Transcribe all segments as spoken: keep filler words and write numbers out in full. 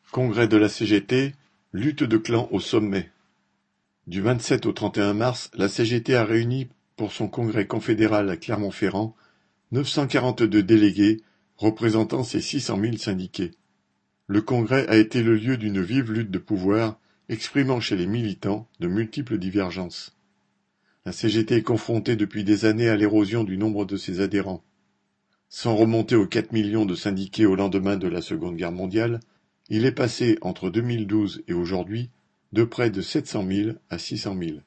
Congrès de la C G T, lutte de clans au sommet. Du vingt-sept au trente et un mars, la C G T a réuni pour son congrès confédéral à Clermont-Ferrand neuf cent quarante-deux délégués représentant ses six cent mille syndiqués. Le congrès a été le lieu d'une vive lutte de pouvoir, exprimant chez les militants de multiples divergences. La C G T est confrontée depuis des années à l'érosion du nombre de ses adhérents. Sans remonter aux quatre millions de syndiqués au lendemain de la Seconde Guerre mondiale, il est passé, entre deux mille douze et aujourd'hui, de près de sept cent mille à six cent mille.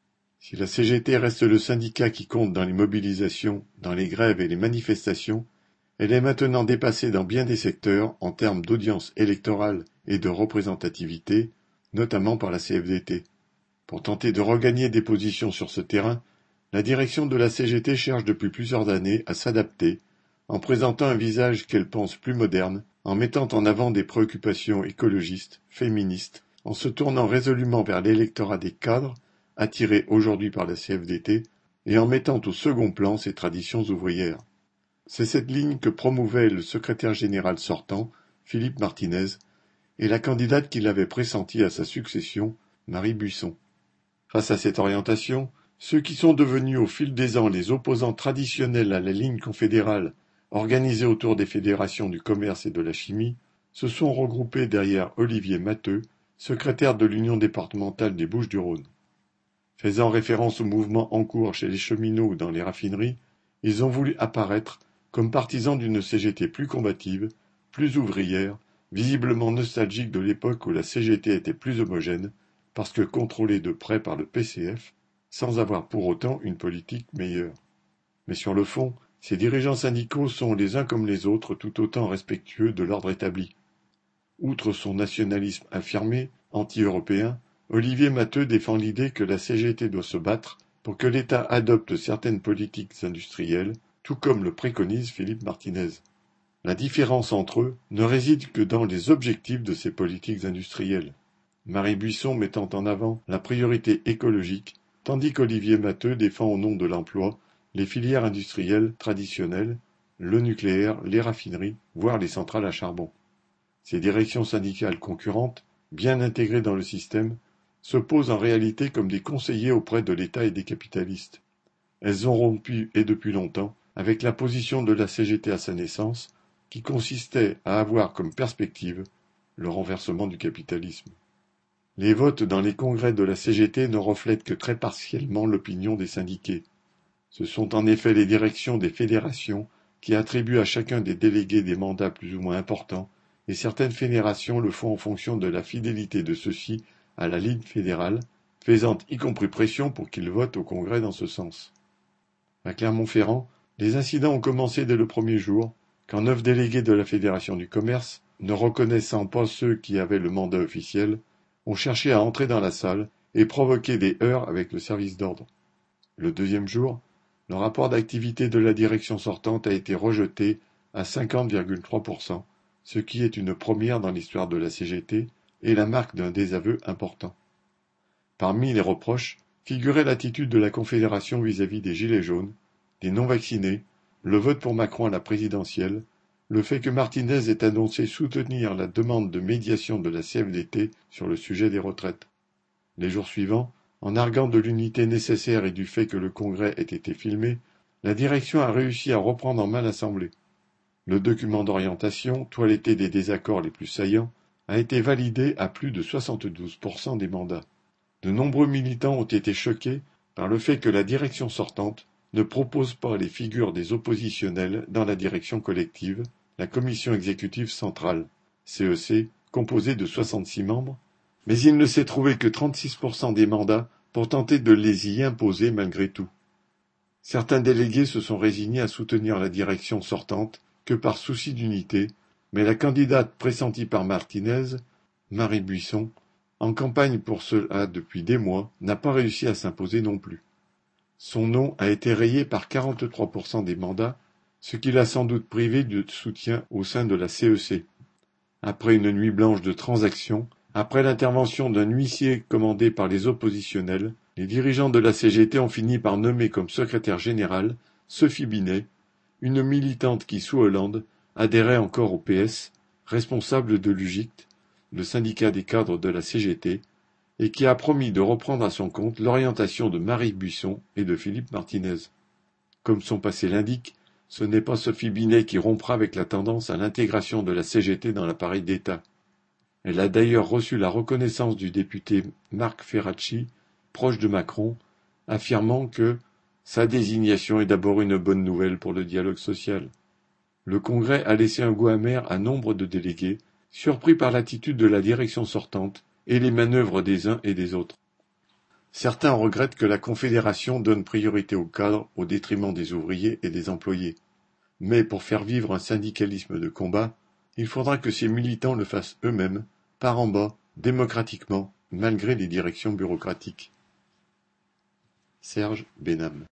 Si la C G T reste le syndicat qui compte dans les mobilisations, dans les grèves et les manifestations, elle est maintenant dépassée dans bien des secteurs en termes d'audience électorale et de représentativité, notamment par la C F D T. Pour tenter de regagner des positions sur ce terrain, la direction de la C G T cherche depuis plusieurs années à s'adapter, en présentant un visage qu'elle pense plus moderne, en mettant en avant des préoccupations écologistes, féministes, en se tournant résolument vers l'électorat des cadres, attiré aujourd'hui par la C F D T, et en mettant au second plan ses traditions ouvrières. C'est cette ligne que promouvait le secrétaire général sortant, Philippe Martinez, et la candidate qui l'avait pressentie à sa succession, Marie Buisson. Face à cette orientation, ceux qui sont devenus au fil des ans les opposants traditionnels à la ligne confédérale, organisée autour des fédérations du commerce et de la chimie, se sont regroupés derrière Olivier Matteux, secrétaire de l'Union départementale des Bouches-du-Rhône. Faisant référence au mouvement en cours chez les cheminots ou dans les raffineries, ils ont voulu apparaître comme partisans d'une C G T plus combative, plus ouvrière, visiblement nostalgique de l'époque où la C G T était plus homogène, parce que contrôlée de près par le P C F, sans avoir pour autant une politique meilleure. Mais sur le fond, ces dirigeants syndicaux sont les uns comme les autres tout autant respectueux de l'ordre établi. Outre son nationalisme affirmé, anti-européen, Olivier Matteux défend l'idée que la C G T doit se battre pour que l'État adopte certaines politiques industrielles, tout comme le préconise Philippe Martinez. La différence entre eux ne réside que dans les objectifs de ces politiques industrielles. Marie Buisson mettant en avant la priorité écologique, tandis qu'Olivier Matteux défend au nom de l'emploi les filières industrielles traditionnelles, le nucléaire, les raffineries, voire les centrales à charbon. Ces directions syndicales concurrentes, bien intégrées dans le système, se posent en réalité comme des conseillers auprès de l'État et des capitalistes. Elles ont rompu, et depuis longtemps, avec la position de la C G T à sa naissance, qui consistait à avoir comme perspective le renversement du capitalisme. Les votes dans les congrès de la C G T ne reflètent que très partiellement l'opinion des syndiqués. Ce sont en effet les directions des fédérations qui attribuent à chacun des délégués des mandats plus ou moins importants, et certaines fédérations le font en fonction de la fidélité de ceux-ci à la ligne fédérale, faisant y compris pression pour qu'ils votent au congrès dans ce sens. À Clermont-Ferrand, les incidents ont commencé dès le premier jour, quand neuf délégués de la Fédération du commerce, ne reconnaissant pas ceux qui avaient le mandat officiel, ont cherché à entrer dans la salle et provoqué des heurts avec le service d'ordre. Le deuxième jour, le rapport d'activité de la direction sortante a été rejeté à cinquante virgule trois pour cent, ce qui est une première dans l'histoire de la C G T et la marque d'un désaveu important. Parmi les reproches figurait l'attitude de la Confédération vis-à-vis des Gilets jaunes, des non-vaccinés, le vote pour Macron à la présidentielle, le fait que Martinez ait annoncé soutenir la demande de médiation de la C F D T sur le sujet des retraites. Les jours suivants, en arguant de l'unité nécessaire et du fait que le congrès ait été filmé, la direction a réussi à reprendre en main l'Assemblée. Le document d'orientation, toiletté des désaccords les plus saillants, a été validé à plus de soixante-douze pour cent des mandats. De nombreux militants ont été choqués par le fait que la direction sortante ne propose pas les figures des oppositionnels dans la direction collective, la commission exécutive centrale, C E C, composée de soixante-six membres, mais il ne s'est trouvé que trente-six pour cent des mandats pour tenter de les y imposer malgré tout. Certains délégués se sont résignés à soutenir la direction sortante que par souci d'unité, mais la candidate pressentie par Martinez, Marie Buisson, en campagne pour cela depuis des mois, n'a pas réussi à s'imposer non plus. Son nom a été rayé par quarante-trois pour cent des mandats, ce qui l'a sans doute privé de soutien au sein de la C E C. Après une nuit blanche de transactions, après l'intervention d'un huissier commandé par les oppositionnels, les dirigeants de la C G T ont fini par nommer comme secrétaire générale Sophie Binet, une militante qui, sous Hollande, adhérait encore au P S, responsable de l'U G I C T, le syndicat des cadres de la C G T, et qui a promis de reprendre à son compte l'orientation de Marie Buisson et de Philippe Martinez. Comme son passé l'indique, ce n'est pas Sophie Binet qui rompra avec la tendance à l'intégration de la C G T dans l'appareil d'État. Elle a d'ailleurs reçu la reconnaissance du député Marc Ferracci, proche de Macron, affirmant que « sa désignation est d'abord une bonne nouvelle pour le dialogue social ». Le Congrès a laissé un goût amer à nombre de délégués, surpris par l'attitude de la direction sortante et les manœuvres des uns et des autres. Certains regrettent que la Confédération donne priorité aux cadres au détriment des ouvriers et des employés. Mais pour faire vivre un syndicalisme de combat, il faudra que ces militants le fassent eux-mêmes, par en bas, démocratiquement, malgré les directions bureaucratiques. Serge Benham.